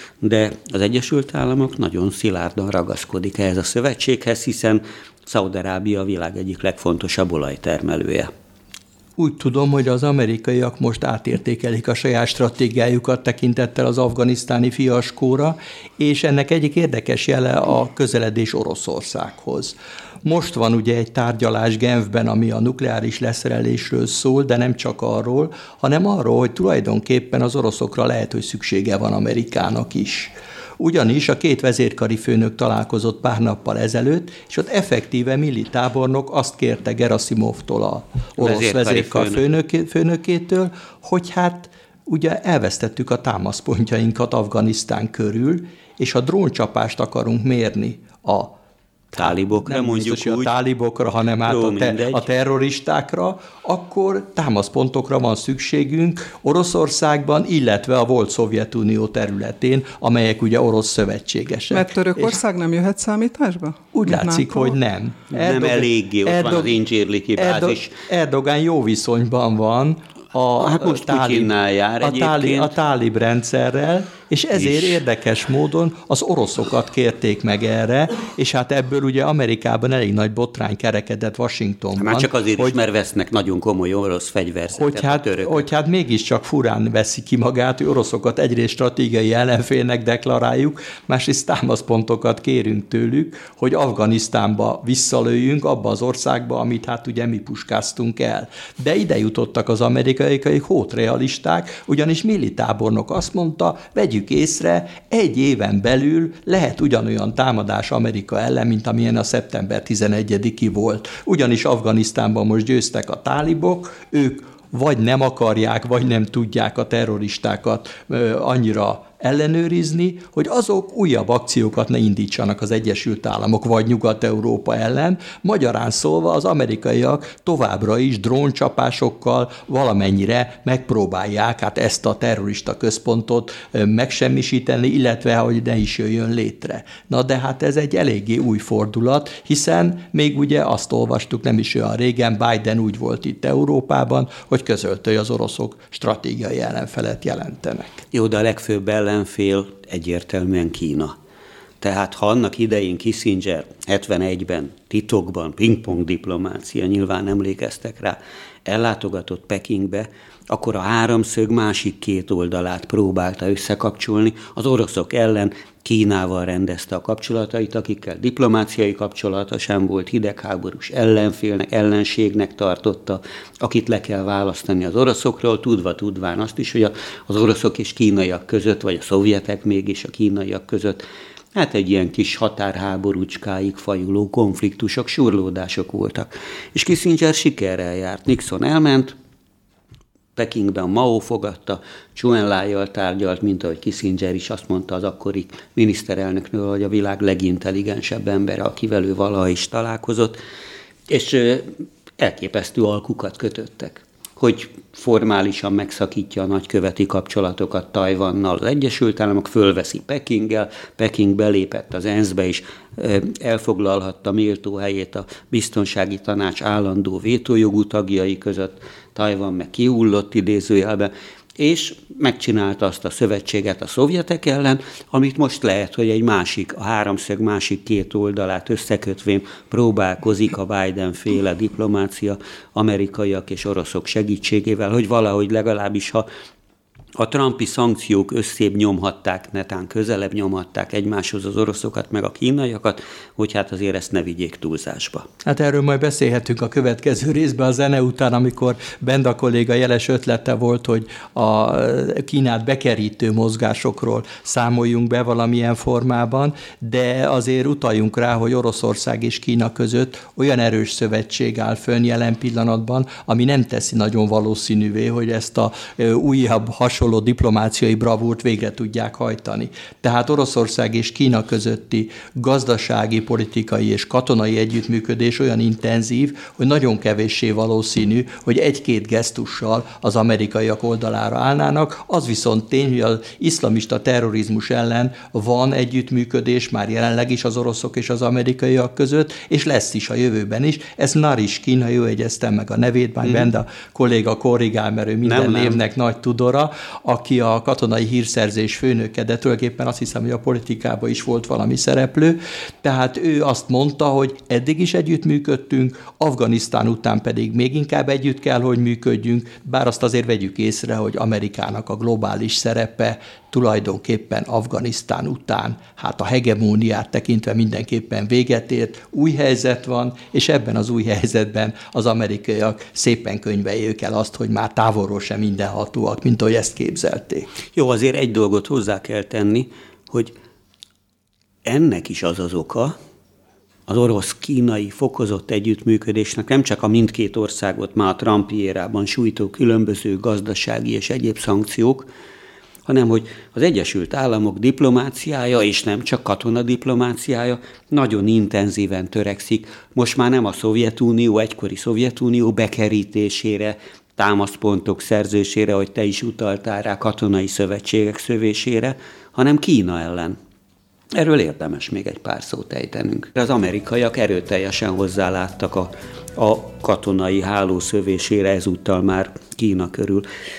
De az Egyesült Államok nagyon szilárdan ragaszkodik ehhez a szövetséghez, hiszen Szaúd-Arábia a világ egyik legfontosabb olajtermelője. Úgy tudom, hogy az amerikaiak most átértékelik a saját stratégiájukat tekintettel az afganisztáni fiaskóra, és ennek egyik érdekes jele a közeledés Oroszországhoz. Most van ugye egy tárgyalás Genfben, ami a nukleáris leszerelésről szól, de nem csak arról, hanem arról, hogy tulajdonképpen az oroszokra lehet, hogy szüksége van Amerikának is. Ugyanis a két vezérkari főnök találkozott pár nappal ezelőtt, és ott effektíve militábornok azt kérte Gerasimovtól, a orosz vezérkar főnök, főnökétől, hogy hát ugye elvesztettük a támaszpontjainkat Afganisztán körül, és ha dróncsapást akarunk mérni a tálibokra, nem mondjuk biztos, úgy. a tálibokra, hanem át a, te, a terroristákra, akkor támaszpontokra van szükségünk Oroszországban, illetve a volt Szovjetunió területén, amelyek ugye orosz szövetségesek. Mert Törökország nem jöhet számításba? Úgy látszik, NATO? Hogy nem. Nem Erdog- eléggé, ott Erdog- van az Indzsirliki bázis. Erdogán jó viszonyban van a, hát most tálib, jár a, tálib, a tálib rendszerrel, és ezért is. Érdekes módon az oroszokat kérték meg erre, és hát ebből ugye Amerikában elég nagy botrány kerekedett Washingtonban. Már csak azért hogy, is, mert vesznek nagyon komoly orosz fegyverzetet hogy hát, a törökök. Hogy hát mégiscsak furán veszi ki magát, hogy oroszokat egyrészt stratégiai ellenfélnek deklaráljuk, másrészt támaszpontokat kérünk tőlük, hogy Afganisztánba visszalőjünk, abba az országba, amit hát ugye mi puskáztunk el. De ide jutottak az amerikaiak, hótrealisták, ugyanis militábornok azt mondta, vegyük észre, egy éven belül lehet ugyanolyan támadás Amerika ellen, mint amilyen a szeptember tizenegyediki volt. Ugyanis Afganisztánban most győztek a tálibok, ők vagy nem akarják, vagy nem tudják a terroristákat ö, annyira ellenőrizni, hogy azok újabb akciókat ne indítsanak az Egyesült Államok vagy Nyugat-Európa ellen. Magyarán szólva az amerikaiak továbbra is dróncsapásokkal valamennyire megpróbálják hát ezt a terrorista központot megsemmisíteni, illetve hogy ne is jöjjön létre. Na de hát ez egy eléggé új fordulat, hiszen még ugye azt olvastuk nem is olyan régen, Biden úgy volt itt Európában, hogy közölte, hogy az oroszok stratégiai ellenfelet jelentenek. Jó, de a legfőbb ellenfél egyértelműen Kína. Tehát ha annak idején Kissinger hetvenegyben titokban, pingpong diplomácia, nyilván emlékeztek rá, ellátogatott Pekingbe, akkor a háromszög másik két oldalát próbálta összekapcsolni, az oroszok ellen Kínával rendezte a kapcsolatait, akikkel diplomáciai kapcsolata sem volt, hidegháborús ellenfélnek, ellenségnek tartotta, akit le kell választani az oroszokról, tudva tudván azt is, hogy az oroszok és kínaiak között, vagy a szovjetek mégis a kínaiak között, hát egy ilyen kis határháborúcskáig fajuló konfliktusok, surlódások voltak. És Kissinger sikerrel járt. Nixon elment, Pekingben Mao fogadta, Zhou Enlaival tárgyalt, mint ahogy Kissinger is azt mondta az akkori miniszterelnöknől, hogy a világ legintelligensebb embere, akivel ő valaha is találkozott, és elképesztő alkukat kötöttek, hogy formálisan megszakítja a nagyköveti kapcsolatokat Tajvannal. Az Egyesült Államok fölveszi Pekinggel, Peking belépett az ENSZ-be is, elfoglalhatta méltó helyét a Biztonsági Tanács állandó vétójogú tagjai között, Tajvan meg kihullott idézőjelben, és megcsinálta azt a szövetséget a szovjetek ellen, amit most lehet, hogy egy másik, a háromszög másik két oldalát összekötvén próbálkozik a Biden-féle diplomácia amerikaiak és oroszok segítségével, hogy valahogy legalábbis, ha a trumpi szankciók összébb nyomhatták, netán közelebb nyomhatták egymáshoz az oroszokat, meg a kínaiakat, hogy hát azért ezt ne vigyék túlzásba. Hát erről majd beszélhetünk a következő részben a zene után, amikor Benda kolléga jeles ötlete volt, hogy a Kínát bekerítő mozgásokról számoljunk be valamilyen formában, de azért utaljunk rá, hogy Oroszország és Kína között olyan erős szövetség áll fönn jelen pillanatban, ami nem teszi nagyon valószínűvé, hogy ezt a újabb hasonló hasonló diplomáciai bravúrt végre tudják hajtani. Tehát Oroszország és Kína közötti gazdasági, politikai és katonai együttműködés olyan intenzív, hogy nagyon kevéssé valószínű, hogy egy-két gesztussal az amerikaiak oldalára állnának. Az viszont tény, hogy az iszlamista terrorizmus ellen van együttműködés már jelenleg is az oroszok és az amerikaiak között, és lesz is a jövőben is. Ez Nariskin, ha jól jegyeztem meg a nevét, már hmm. Benda kolléga korrigál, mert ő minden nem, névnek nem. nagy tudora, aki a katonai hírszerzés főnöke, de tulajdonképpen azt hiszem, hogy a politikában is volt valami szereplő. Tehát ő azt mondta, hogy eddig is együttműködtünk, Afganisztán után pedig még inkább együtt kell, hogy működjünk, bár azt azért vegyük észre, hogy Amerikának a globális szerepe tulajdonképpen Afganisztán után, hát a hegemóniát tekintve mindenképpen véget ért, új helyzet van, és ebben az új helyzetben az amerikaiak szépen könyveljük el azt, hogy már távolról sem mindenhatóak, mint ahogy ezt képzelték. Jó, azért egy dolgot hozzá kell tenni, hogy ennek is az az oka, az orosz-kínai fokozott együttműködésnek nem csak a mindkét országot már a Trumpi érában sújtó különböző gazdasági és egyéb szankciók, hanem hogy az Egyesült Államok diplomáciája, és nem csak katonadiplomáciája nagyon intenzíven törekszik, most már nem a Szovjetunió, egykori Szovjetunió bekerítésére, támaszpontok szerzésére, hogy te is utaltál rá, katonai szövetségek szövésére, hanem Kína ellen. Erről érdemes még egy pár szót ejtenünk. Az amerikaiak erőteljesen hozzáláttak a, a katonai háló szövésére, ezúttal már Kína körül.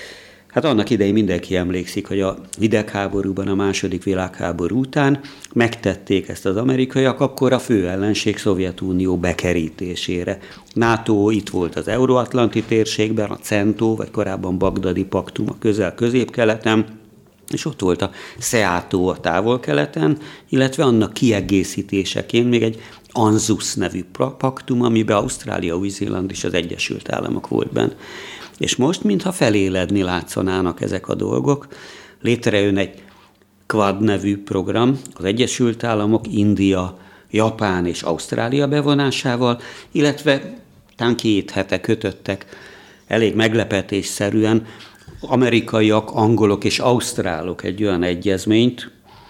Hát annak idején mindenki emlékszik, hogy a hidegháborúban, a második világháború után megtették ezt az amerikaiak, akkor a fő ellenség Szovjetunió bekerítésére. NATO itt volt az Euróatlanti térségben, a CENTO, vagy korábban Bagdadi Paktum a közel-középkeleten, és ott volt a SEATO a távol-keleten, illetve annak kiegészítéseként még egy ANZUS nevű paktum, amiben Ausztrália, Új-Zéland és az Egyesült Államok volt benne. És most, mintha feléledni látszanának ezek a dolgok, létrejön egy Quad nevű program az Egyesült Államok, India, Japán és Ausztrália bevonásával, illetve tán két hete kötöttek elég meglepetésszerűen amerikaiak, angolok és ausztrálok egy olyan egyezményt,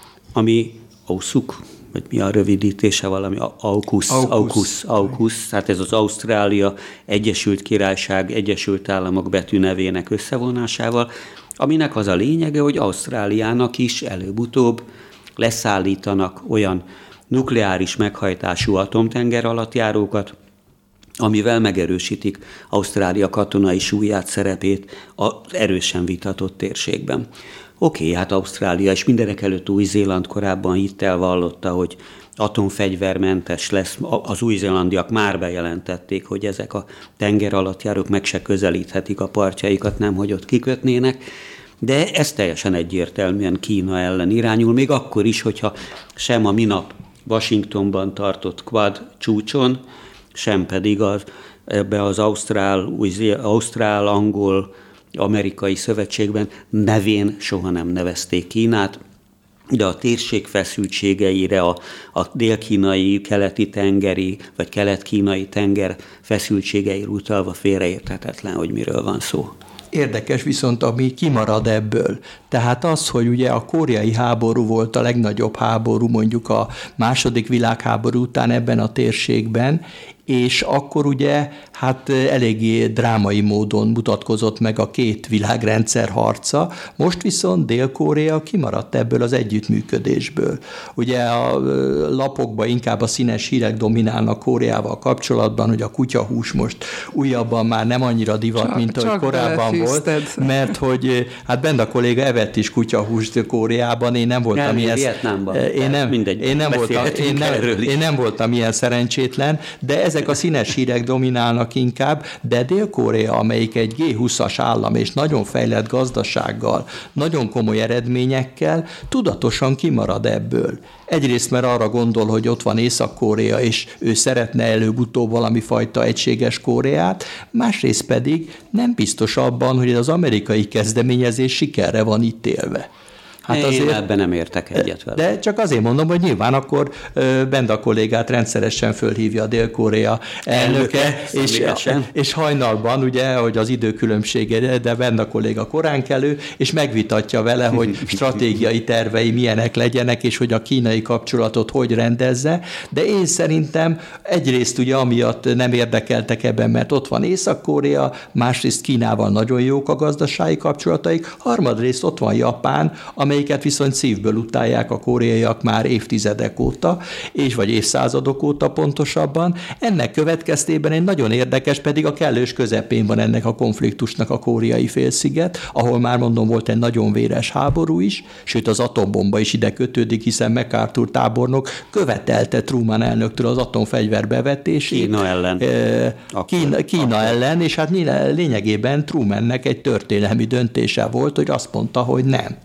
ami AUKUS, vagy mi a rövidítése, valami AUKUS, AUKUS, AUKUS, tehát ez az Ausztrália, Egyesült Királyság, Egyesült Államok betűnevének összevonásával, aminek az a lényege, hogy Ausztráliának is előbb-utóbb leszállítanak olyan nukleáris meghajtású atomtengeralattjárókat, amivel megerősítik Ausztrália katonai súlyát, szerepét az erősen vitatott térségben. Oké, okay, hát Ausztrália és mindenek előtt Új-Zéland korábban hitt el, vallotta, hogy atomfegyvermentes lesz. Az új-zélandiak már bejelentették, hogy ezek a tengeralattjárók meg se közelíthetik a partjaikat, nemhogy ott kikötnének, de ez teljesen egyértelműen Kína ellen irányul, még akkor is, hogyha sem a minap Washingtonban tartott Quad csúcson, sem pedig az, ebbe az ausztrál, ausztrál, angol, amerikai szövetségben nevén soha nem nevezték Kínát, de a térség feszültségeire, a, a dél-kínai, keleti-tengeri vagy kelet-kínai tenger feszültségeire utalva félreérthetetlen, hogy miről van szó. Érdekes viszont, ami kimarad ebből. Tehát az, hogy ugye a koreai háború volt a legnagyobb háború mondjuk a második világháború után ebben a térségben, és akkor ugye hát eléggé drámai módon mutatkozott meg a két világrendszer harca, most viszont Dél-Korea kimaradt ebből az együttműködésből. Ugye a lapokban inkább a színes hírek dominálnak Koreával kapcsolatban, hogy a kutyahús most újabban már nem annyira divat, csak, mint ahogy korábban volt, mert hogy hát Benda kolléga evett is kutyahúst Koreában, én nem voltam nem, ilyen... Én nem, mindegy, én, nem voltam, én, nem, én nem voltam ilyen szerencsétlen, de ezek a színes hírek dominálnak inkább, de Dél-Korea, amelyik egy gé húszas állam és nagyon fejlett gazdasággal, nagyon komoly eredményekkel, tudatosan kimarad ebből. Egyrészt, mert arra gondol, hogy ott van Észak-Korea, és ő szeretne előbb-utóbb valami fajta egységes Koreát, másrészt pedig nem biztos abban, hogy az amerikai kezdeményezés sikerre van ítélve. Hát én azért, ebben nem értek egyet vele. De csak azért mondom, hogy nyilván akkor Benda kollégát rendszeresen fölhívja a Dél-Korea elnöke, és, és hajnalban, ugye, hogy az időkülönbsége, de Benda kolléga korán kelő, és megvitatja vele, hogy stratégiai tervei milyenek legyenek, és hogy a kínai kapcsolatot hogy rendezze, de én szerintem egyrészt ugye amiatt nem érdekeltek ebben, mert ott van Észak-Korea, másrészt Kínával nagyon jók a gazdasági kapcsolataik, harmadrészt ott van Japán, amelyiket viszont szívből utálják a koreaiak már évtizedek óta, és vagy évszázadok óta pontosabban. Ennek következtében egy nagyon érdekes, pedig a kellős közepén van ennek a konfliktusnak a koreai félsziget, ahol már mondom volt egy nagyon véres háború is, sőt az atombomba is ide kötődik, hiszen MacArthur tábornok követelte Truman elnöktől az atomfegyver bevetését. Kína ellen. E, Kína, Kína ellen, és hát lényegében Trumannek egy történelmi döntése volt, hogy azt mondta, hogy nem.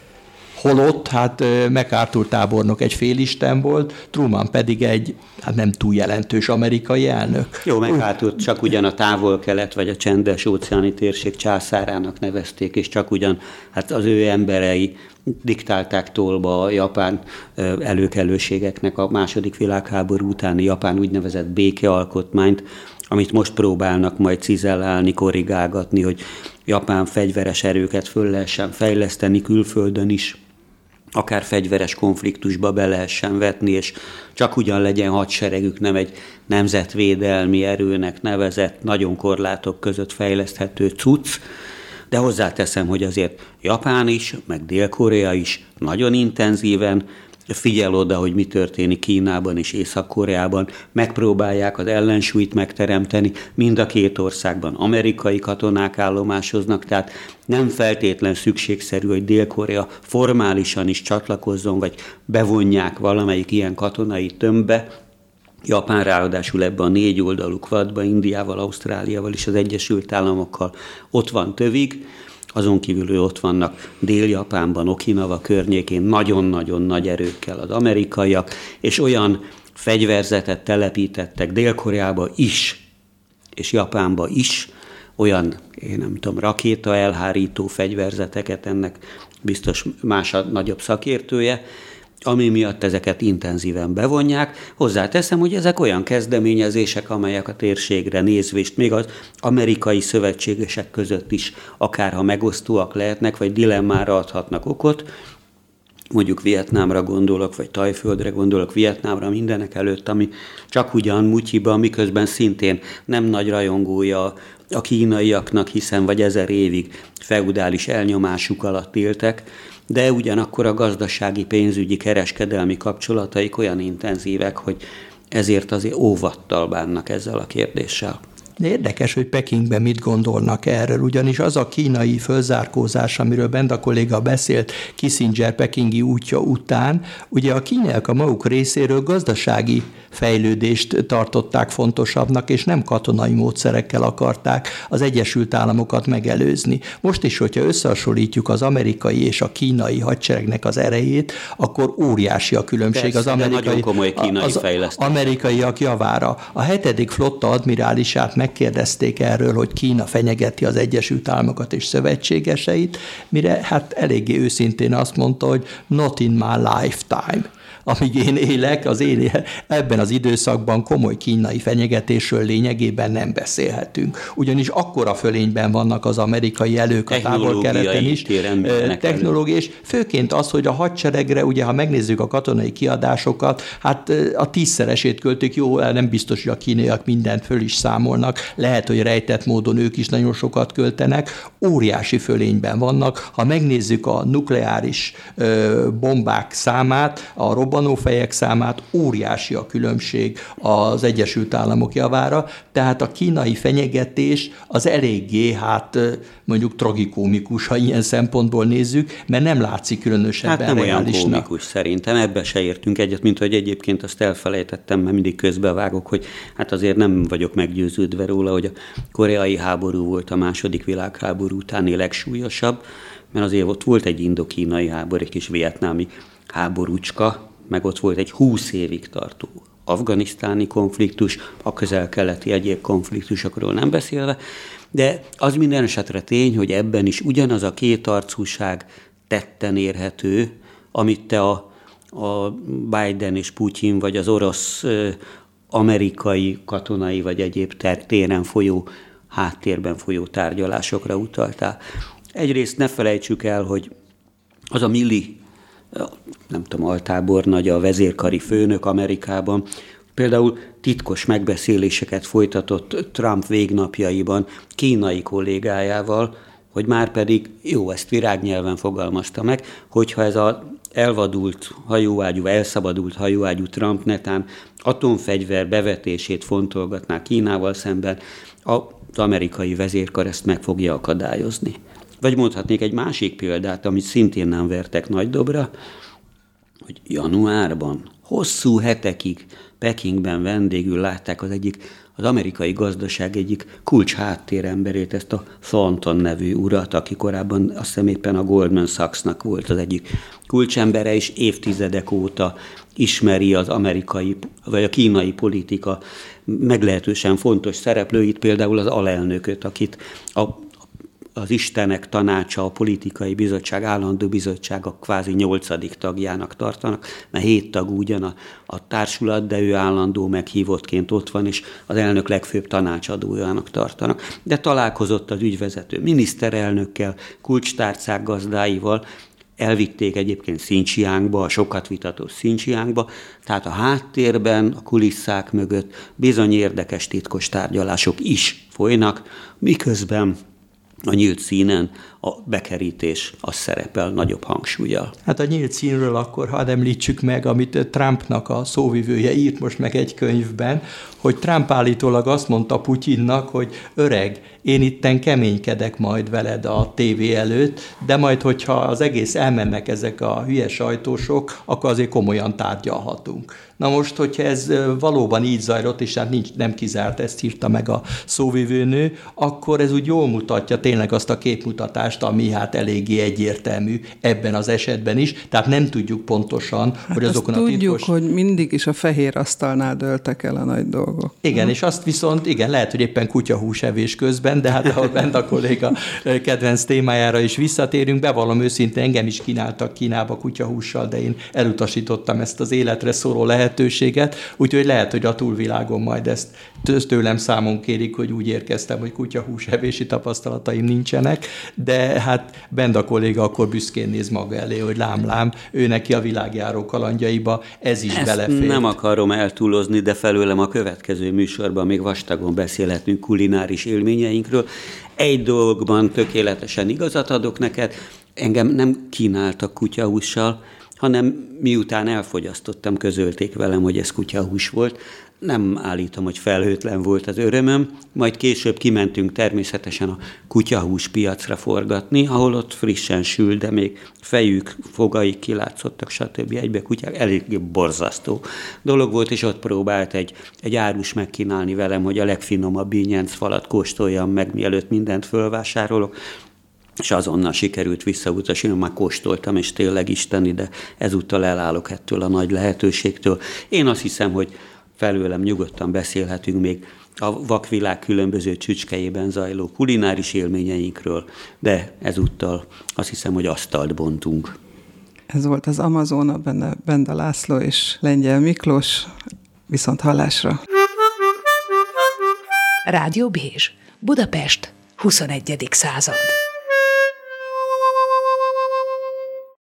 Holott, hát MacArthur tábornok egy félisten volt, Truman pedig egy, hát nem túl jelentős amerikai elnök. Jó, MacArthur csak ugyan a távol-kelet vagy a csendes-óceáni térség császárának nevezték, és csak ugyan hát az ő emberei diktálták tolba a japán előkelőségeknek a második világháború utáni japán úgynevezett békealkotmányt, amit most próbálnak majd cizellálni, korrigálgatni, hogy japán fegyveres erőket föl lehessen fejleszteni külföldön is, akár fegyveres konfliktusba be lehessen vetni, és csak ugyan legyen hadseregük, nem egy nemzetvédelmi erőnek nevezett, nagyon korlátok között fejleszthető cucc, de hozzáteszem, hogy azért Japán is, meg Dél-Korea is nagyon intenzíven figyel oda, hogy mi történik Kínában és Észak-Koreában, megpróbálják az ellensúlyt megteremteni, mind a két országban amerikai katonák állomásoznak, tehát nem feltétlen szükségszerű, hogy Dél-Korea formálisan is csatlakozzon, vagy bevonják valamelyik ilyen katonai tömbbe. Japán ráadásul ebben a négy oldalú kvadban, Indiával, Ausztráliával és az Egyesült Államokkal ott van tövig, azon kívül ott vannak Dél-Japánban, Okinawa környékén nagyon-nagyon nagy erőkkel az amerikaiak, és olyan fegyverzetet telepítettek Dél-Koreába is, és Japánba is, olyan, én nem tudom, rakéta elhárító fegyverzeteket, ennek biztos más a nagyobb szakértője, ami miatt ezeket intenzíven bevonják. Hozzáteszem, hogy ezek olyan kezdeményezések, amelyek a térségre nézvést még az amerikai szövetségesek között is akárha megosztóak lehetnek, vagy dilemmára adhatnak okot. Mondjuk Vietnámra gondolok, vagy Tajföldre gondolok, Vietnámra mindenek előtt, ami csak ugyan Mutyiban, miközben szintén nem nagy rajongója a kínaiaknak, hiszen vagy ezer évig feudális elnyomásuk alatt éltek, de ugyanakkor a gazdasági, pénzügyi, kereskedelmi kapcsolataik olyan intenzívek, hogy ezért azért óvattal bánnak ezzel a kérdéssel. De érdekes, hogy Pekingben mit gondolnak erről, ugyanis az a kínai fölzárkózás, amiről Benda kolléga beszélt Kissinger pekingi útja után, ugye a kínaiak a maguk részéről gazdasági fejlődést tartották fontosabbnak, és nem katonai módszerekkel akarták az Egyesült Államokat megelőzni. Most is, hogyha összehasonlítjuk az amerikai és a kínai hadseregnek az erejét, akkor óriási a különbség. Persze, az amerikai, komoly kínai az fejlesztés. amerikaiak javára. A hetedik flotta admirálisát megkérdezték erről, hogy Kína fenyegeti az Egyesült Államokat és szövetségeseit, mire hát eléggé őszintén azt mondta, hogy not in my lifetime. Amíg én élek, az én ebben az időszakban komoly kínai fenyegetésről lényegében nem beszélhetünk. Ugyanis akkora fölényben vannak az amerikai elők a távol-keleten is, technológia, és főként az, hogy a hadseregre, ugye ha megnézzük a katonai kiadásokat, hát a tízszeresét költük, jó, nem biztos, hogy a kínaiak mindent föl is számolnak, lehet, hogy rejtett módon ők is nagyon sokat költenek, óriási fölényben vannak. Ha megnézzük a nukleáris bombák számát, a robbanófejek számát, óriási a különbség az Egyesült Államok javára, tehát a kínai fenyegetés az eléggé, hát mondjuk tragikomikus, ha ilyen szempontból nézzük, mert nem látszik különösebben hát nem reálisnak. Olyan komikus szerintem, ebbe se értünk egyet, mint hogy egyébként azt elfelejtettem, mert mindig közbevágok, hogy hát azért nem vagyok meggyőződve róla, hogy a koreai háború volt a második világháború utáni legsúlyosabb, mert azért ott volt egy indokínai háború, egy kis vietnámi háborúcska, meg ott volt egy húsz évig tartó afganisztáni konfliktus, a közel-keleti egyéb konfliktusokról nem beszélve, de az minden esetre tény, hogy ebben is ugyanaz a kétarcúság tetten érhető, amit te a, a Biden és Putyin, vagy az orosz amerikai katonai, vagy egyéb téren folyó, háttérben folyó tárgyalásokra utaltál. Egyrészt ne felejtsük el, hogy az a Milley, nem tudom, altábornagy, a vezérkari főnök Amerikában, például titkos megbeszéléseket folytatott Trump végnapjaiban kínai kollégájával, hogy már pedig, jó, ezt virágnyelven fogalmazta meg, hogyha ez az elvadult hajóágyú, elszabadult hajóágyú Trump netán atomfegyver bevetését fontolgatná Kínával szemben, az amerikai vezérkar ezt meg fogja akadályozni. Vagy mondhatnék egy másik példát, amit szintén nem vertek nagy dobra, hogy januárban hosszú hetekig Pekingben vendégül látták az egyik, az amerikai gazdaság egyik kulcs háttéremberét, ezt a Thornton nevű urat, aki korábban azt hiszem éppen a Goldman Sachsnak volt az egyik kulcsembere, és évtizedek óta ismeri az amerikai, vagy a kínai politika meglehetősen fontos szereplőit, például az alelnököt, akit a az Istenek tanácsa, a politikai bizottság, állandó bizottság a kvázi nyolcadik tagjának tartanak, mert hét tag ugyan a, a társulat, de ő állandó meghívottként ott van, és az elnök legfőbb tanácsadójának tartanak. De találkozott az ügyvezető miniszterelnökkel, kulcstárcák gazdáival, elvitték egyébként Xinjiangba, a sokat vitatott Xinjiangba, tehát a háttérben, a kulisszák mögött bizony érdekes titkos tárgyalások is folynak, miközben a nyílt színen a bekerítés az szerepel nagyobb hangsúllyal. Hát a nyílt színről akkor hadd említsük meg, amit Trumpnak a szóvivője írt most meg egy könyvben, hogy Trump állítólag azt mondta Putyinnak, hogy öreg, én itten keménykedek majd veled a tévé előtt, de majd, hogyha az egész elmennek ezek a hülye sajtósok, akkor azért komolyan tárgyalhatunk. Na most, hogyha ez valóban így zajlott, és hát nincs, nem kizárt, ezt írta meg a szóvivőnő, akkor ez úgy jól mutatja tényleg azt a képmutatást, ami hát eléggé egyértelmű ebben az esetben is, tehát nem tudjuk pontosan, hát hogy azokon a titkos... tudjuk, hogy mindig is a fehér asztalnál dőltek el a nagy dolgok. Igen, és azt viszont, igen, lehet, hogy éppen kutyahúsevés közben, de hát ahol bent a kolléga kedvenc témájára is visszatérünk, bevallom őszintén, engem is kínáltak Kínába kutyahússal, de én elutasítottam ezt az életre szóló lehetőséget, úgyhogy lehet, hogy a túlvilágon majd ezt tőlem számon kérik, hogy úgy érkeztem, hogy kutyahúsevési tapasztalataim nincsenek, de hát bent a kolléga akkor büszkén néz maga elé, hogy lám-lám, ő neki a világjáró kalandjaiba ez is Ezt belefér. Nem akarom eltúlozni, de felőlem a következő műsorban még vastagon beszélhetünk kulináris élményeinkről. Egy dologban tökéletesen igazat adok neked, engem nem kínáltak kutyahússal, hanem miután elfogyasztottam, közölték velem, hogy ez kutyahús volt. Nem állítom, hogy felhőtlen volt az örömöm, majd később kimentünk természetesen a kutyahús piacra forgatni, ahol ott frissen sül, de még fejük, fogaik kilátszottak, stb. Egybe kutyák, eléggé borzasztó dolog volt, és ott próbált egy, egy árus megkínálni velem, hogy a legfinomabb bínyenc falat kóstoljam meg, mielőtt mindent fölvásárolok, és azonnal sikerült visszautasítani, már kóstoltam, és tényleg isteni, de ezúttal elállok ettől a nagy lehetőségtől. Én azt hiszem, hogy felőlem nyugodtan beszélhetünk még a vakvilág különböző csücskejében zajló kulináris élményeinkről, de ezúttal azt hiszem, hogy asztalt bontunk. Ez volt az Amazona, benne Benda László és Lengyel Miklós. Viszont hallásra! Rádió Bézs, Budapest, huszonegyedik század.